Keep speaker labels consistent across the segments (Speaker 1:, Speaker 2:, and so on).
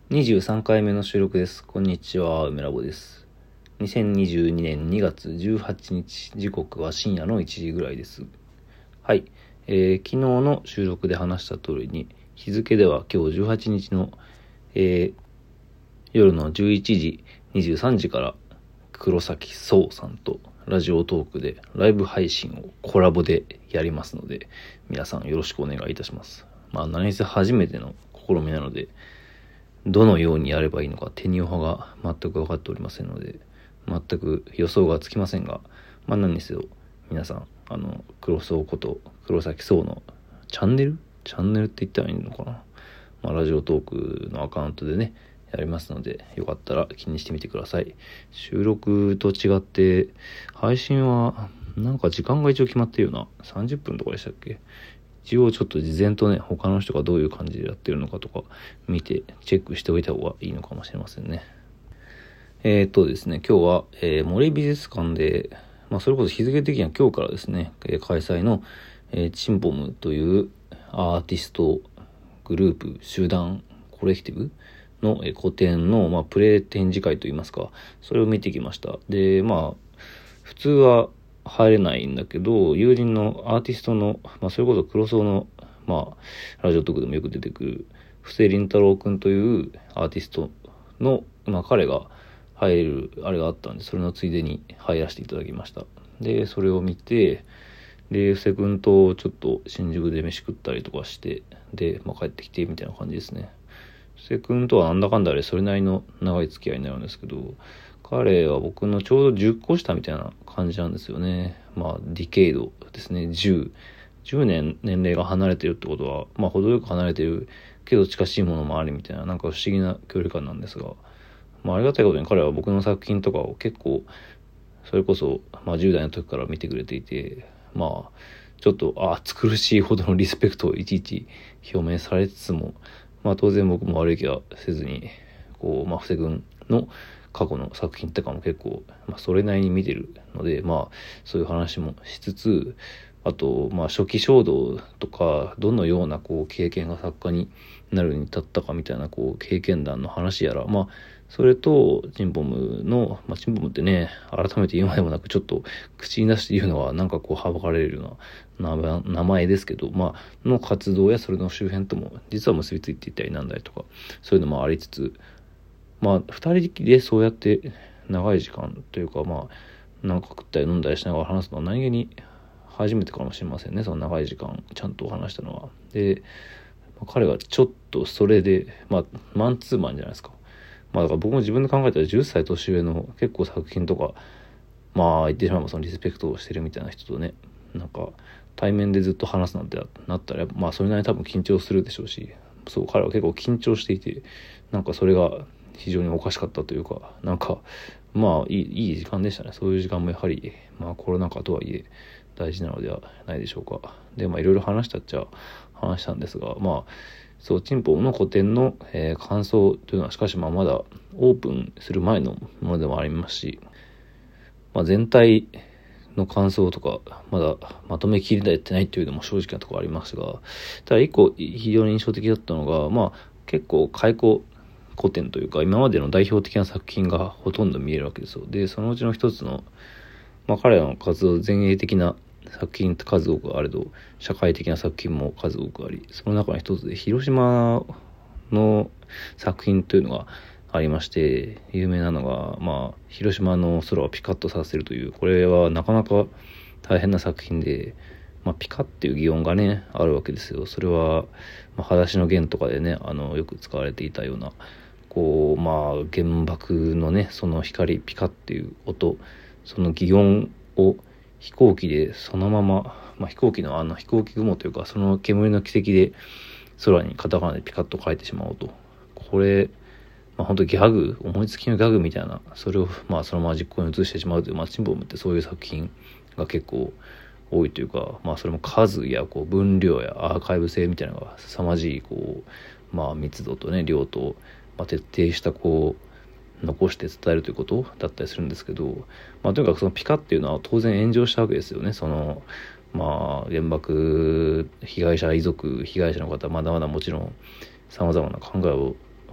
Speaker 1: 23回目の収録です。こんにちは、梅ラボです。2022年2月18日、時刻は深夜の1時ぐらいです。はい、昨日の収録で話した通りに、日付では今日18日の、夜の11時23時から黒崎壮さんとラジオトークでライブ配信をコラボでやりますので、皆さんよろしくお願いいたします。何せ初めての試みなので、どのようにやればいいのか手にオハが全く分かっておりませんので、全く予想がつきませんが、何にせよ皆さん黒荘こと黒崎荘のチャンネルって言ったらいいのかな、ラジオトークのアカウントでねやりますので、よかったら気にしてみてください。収録と違って配信はなんか時間が一応決まってるような、30分とかでしたっけ。一応ちょっと事前とね、他の人がどういう感じでやってるのかとか見てチェックしておいた方がいいのかもしれませんね。ですね、今日は、森美術館で、それこそ日付的には今日からですね、開催の、チンポムというアーティストグループ集団コレクティブの、個展の、プレ展示会といいますか、それを見てきました。で、普通は入れないんだけど、友人のアーティストの、それこそ黒荘の、ラジオトークでもよく出てくる布施凛太郎くんというアーティストの、彼が入れるあれがあったんで、それのついでに入らせていただきました。でそれを見て、で布施くんとちょっと新宿で飯食ったりとかして、で、帰ってきてみたいな感じですね。布施くんとはなんだかんだでそれなりの長い付き合いになるんですけど、彼は僕のちょうど10個下みたいな感じなんですよね。ディケイドですね。10年年齢が離れてるってことは、程よく離れてるけど近しいものもあるみたいな、なんか不思議な距離感なんですが、ありがたいことに彼は僕の作品とかを結構、それこそ、10代の時から見てくれていて、ちょっと暑苦しいほどのリスペクトをいちいち表明されつつも、当然僕も悪い気はせずに、布施君の過去の作品とかも結構、それなりに見てるので、そういう話もしつつ、あと、初期衝動とか、どのような経験が作家になるに至ったかみたいな経験談の話やら、それとチンポムの、チンポムってね、改めて言うまでもなく、ちょっと口に出して言うのはなんかはばかれるような名前ですけど、の活動やそれの周辺とも実は結びついていたりなんだりとか、そういうのもありつつ、二人でそうやって長い時間というか、なんか食ったり飲んだりしながら話すのは何気に初めてかもしれませんね。その長い時間ちゃんと話したのは。で、彼はちょっとそれで、マンツーマンじゃないですか。だから僕も自分で考えたら10歳年上の結構作品とか、言ってしまえばそのリスペクトをしてるみたいな人とね、なんか対面でずっと話すなんてなったら、それなりに多分緊張するでしょうし、そう彼は結構緊張していて、なんかそれが非常におかしかったというか、なんかいい時間でしたね。そういう時間もやはりコロナ禍とはいえ大事なのではないでしょうか。でいろいろ話したっちゃ話したんですが、そうチンポの個展の、感想というのはしかしまだオープンする前のものでもありますし、全体の感想とかまだまとめきりだってないっていうのも正直なところありますが、ただ一個非常に印象的だったのが、結構開古古典というか今までの代表的な作品がほとんど見えるわけですよ。でそのうちの一つの、彼らの活動前衛的な作品って数多くあれど、社会的な作品も数多くあり、その中の一つで広島の作品というのがありまして、有名なのが、広島の空をピカッとさせるという、これはなかなか大変な作品で、ピカっていう擬音がねあるわけですよ。それは、裸足の弦とかでねよく使われていたような原爆のねその光ピカっていう音、その擬音を飛行機でそのまま、飛行機の飛行機雲というかその煙の軌跡で空にカタカナでピカッと書いてしまおうと、これ本当ギャグ、思いつきのギャグみたいな、それをそのまま実行に移してしまうという、チンポムってそういう作品が結構多いというか、それも数や分量やアーカイブ性みたいなのが凄まじい密度とね量と、徹底した残して伝えるということだったりするんですけど、とにかくそのピカっていうのは当然炎上したわけですよね。その原爆被害者遺族被害者の方まだまだもちろんさまざまな考えを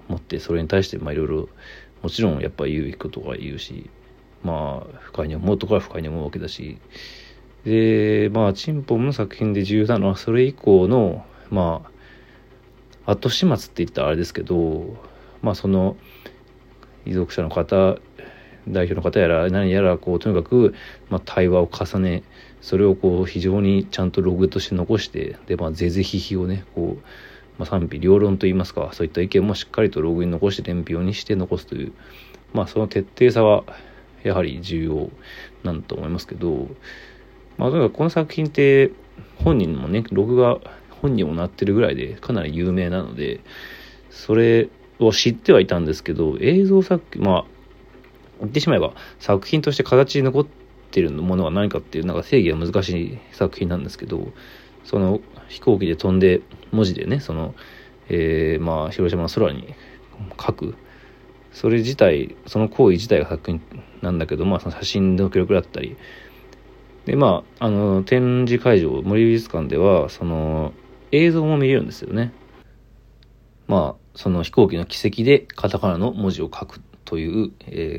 Speaker 1: 持って、それに対していろいろもちろんやっぱり言うべきことは言うし、不快に思うところは不快に思うわけだし、でチンポムの作品で重要なのはそれ以降の後始末って言ったらあれですけど、その遺族者の方、代表の方やら何やらとにかく対話を重ね、それを非常にちゃんとログとして残して、で是々非々をね賛否両論といいますか、そういった意見もしっかりとログに残して伝票にして残すという、その徹底さはやはり重要なんだと思いますけど、とにかくこの作品って本人もね、ログが本人もなってるぐらいでかなり有名なので、それを知ってはいたんですけど、映像作品、言ってしまえば作品として形に残っているものは何かっていう定義が難しい作品なんですけど、その飛行機で飛んで文字でね、広島の空に書く、それ自体、その行為自体が作品なんだけど、その写真の記録だったりで、展示会場森美術館ではその映像も見れるんですよね。その飛行機の軌跡でカタカナの文字を書くという、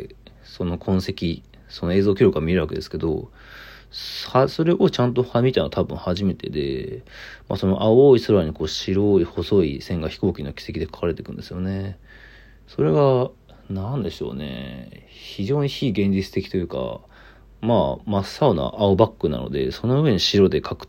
Speaker 1: その痕跡、その映像記録が見れるわけですけど、それをちゃんと見たのは多分初めてで、その青い空に白い細い線が飛行機の軌跡で書かれていくんですよね。それが何でしょうね、非常に非現実的というか、真っ青な青バックなので、その上に白で書くって、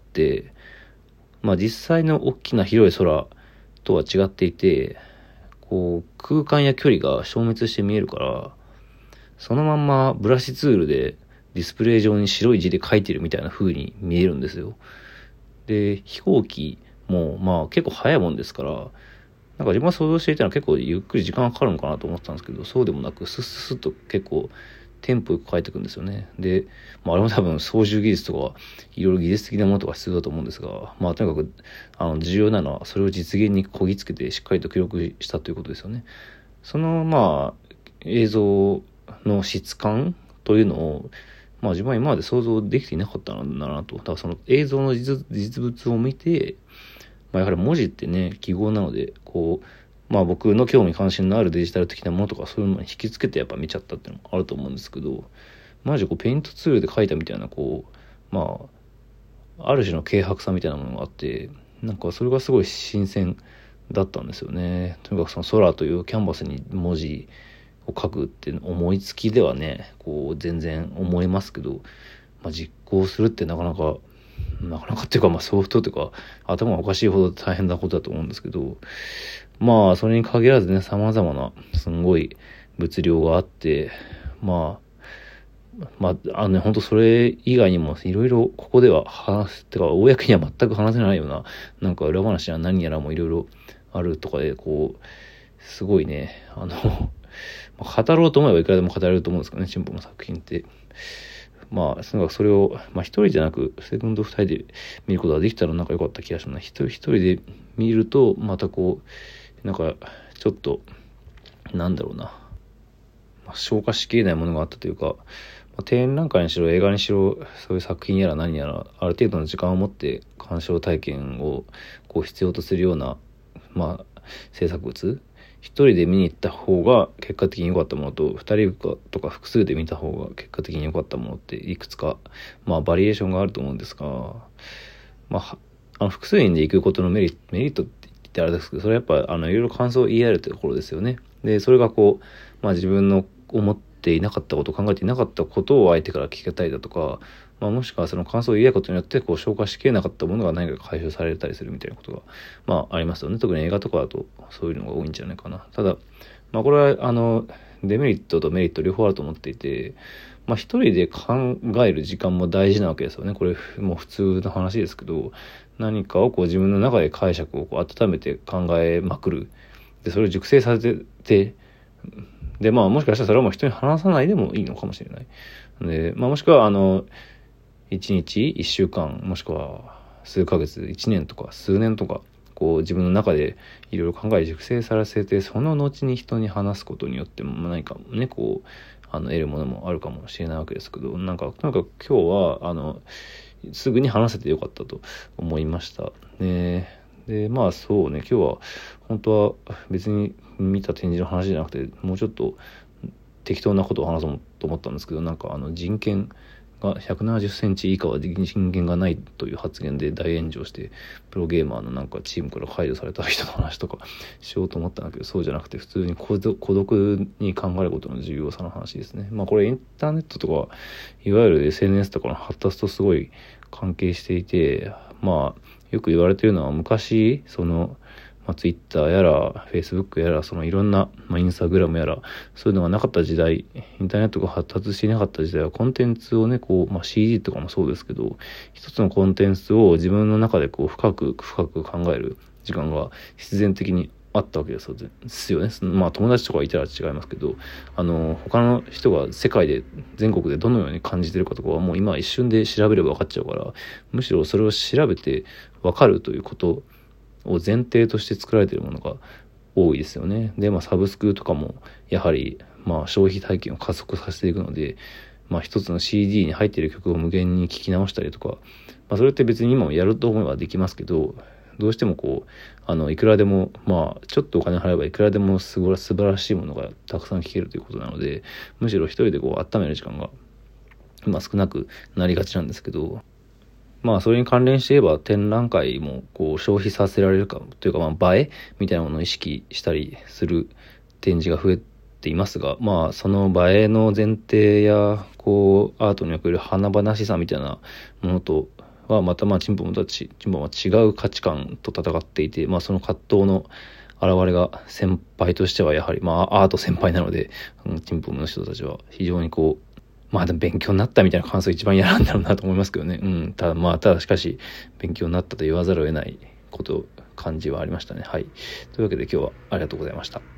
Speaker 1: 実際の大きな広い空とは違っていて、空間や距離が消滅して見えるから、そのまんまブラシツールでディスプレイ上に白い字で書いてるみたいな風に見えるんですよ。で、飛行機も結構速いもんですから、自分は想像していたのは結構ゆっくり時間がかかるのかなと思ってたんですけど、そうでもなくスッスッと結構テンポよく書いていくんですよね。で、あれも多分操縦技術とかいろいろ技術的なものとか必要だと思うんですが、とにかく重要なのはそれを実現にこぎつけてしっかりと記録したということですよね。その映像の質感というのを自分は今まで想像できていなかったんだなと。だからその映像の実物を見て、やはり文字ってね、記号なので僕の興味関心のあるデジタル的なものとかそういうのに引きつけてやっぱ見ちゃったっていうのもあると思うんですけど、マジペイントツールで描いたみたいなある種の軽薄さみたいなものがあって、それがすごい新鮮だったんですよね。とにかくその空というキャンバスに文字を書くって思いつきではね、全然思いますけど、実行するってなかなかっていうかソフトというか頭がおかしいほど大変なことだと思うんですけど、それに限らずね、様々なすんごい物量があって、本当それ以外にもいろいろここでは話すってか、公には全く話せないような裏話や何やらもいろいろあるとかですごいね、語ろうと思えばいくらでも語れると思うんですけどね、チンポの作品って。それを一人じゃなくセコンド二人で見ることができたら良かった気がします。一人で見るとまたちょっと消化しきれないものがあったというか、展覧会にしろ映画にしろそういう作品やら何やらある程度の時間を持って鑑賞体験を必要とするような制作物、一人で見に行った方が結果的に良かったものと、二人とか複数で見た方が結果的に良かったものっていくつかバリエーションがあると思うんですが、複数人で行くことのメリットって言ってあれですけど、それはやっぱいろいろ感想を言い合えるというところですよね。でそれが自分の思っていなかったこと、考えていなかったことを相手から聞けたりだとか、もしくはその感想を言い合うことによって消化しきれなかったものが何か解消されたりするみたいなことがありますよね。特に映画とかだとそういうのが多いんじゃないかな。ただこれはデメリットとメリット両方あると思っていて、一人で考える時間も大事なわけですよね。これもう普通の話ですけど、何かを自分の中で解釈を温めて考えまくる。でそれを熟成させて、でもしかしたらそれはもう人に話さないでもいいのかもしれない。でもしくは1日1週間もしくは数ヶ月1年とか数年とか自分の中でいろいろ考え熟成させて、その後に人に話すことによっても何かね得るものもあるかもしれないわけですけど、とにかく今日はすぐに話せてよかったと思いました。でそうね、今日は本当は別に見た展示の話じゃなくて、もうちょっと適当なことを話そうと思ったんですけど、なんか人権が170センチ以下は人権がないという発言で大炎上して、プロゲーマーのなんかチームから排除された人の話とかしようと思ったんだけど、そうじゃなくて普通に孤独に考えることの重要さの話ですね。これインターネットとかいわゆる SNS とかの発達とすごい関係していて、よく言われているのは、昔ツイッターやらフェイスブックやらいろんな、インスタグラムやらそういうのがなかった時代、インターネットが発達していなかった時代は、コンテンツをねCD とかもそうですけど、一つのコンテンツを自分の中で深く考える時間が必然的にあったわけですよね。友達とかいたら違いますけど、他の人が世界で全国でどのように感じてるかとかはもう今一瞬で調べれば分かっちゃうから、むしろそれを調べて分かるということを前提として作られているものが多いですよね。で、サブスクとかもやはり消費体験を加速させていくので、一つの CD に入っている曲を無限に聴き直したりとか、それって別に今もやると思えばできますけど、どうしてもいくらでもちょっとお金払えばいくらでも素晴らしいものがたくさん聴けるということなので、むしろ一人で温める時間が今少なくなりがちなんですけど、それに関連して言えば展覧会も消費させられるかというか、映えみたいなものを意識したりする展示が増えていますが、その映えの前提やアートにおける華々しさみたいなものとはまたチンポンは違う価値観と戦っていて、その葛藤の現れが先輩としてはやはりアート先輩なので、チンポンの人たちは非常にでも勉強になったみたいな感想一番嫌なんだろうなと思いますけどね。ただしかし勉強になったと言わざるを得ない感じはありましたね。はい。というわけで今日はありがとうございました。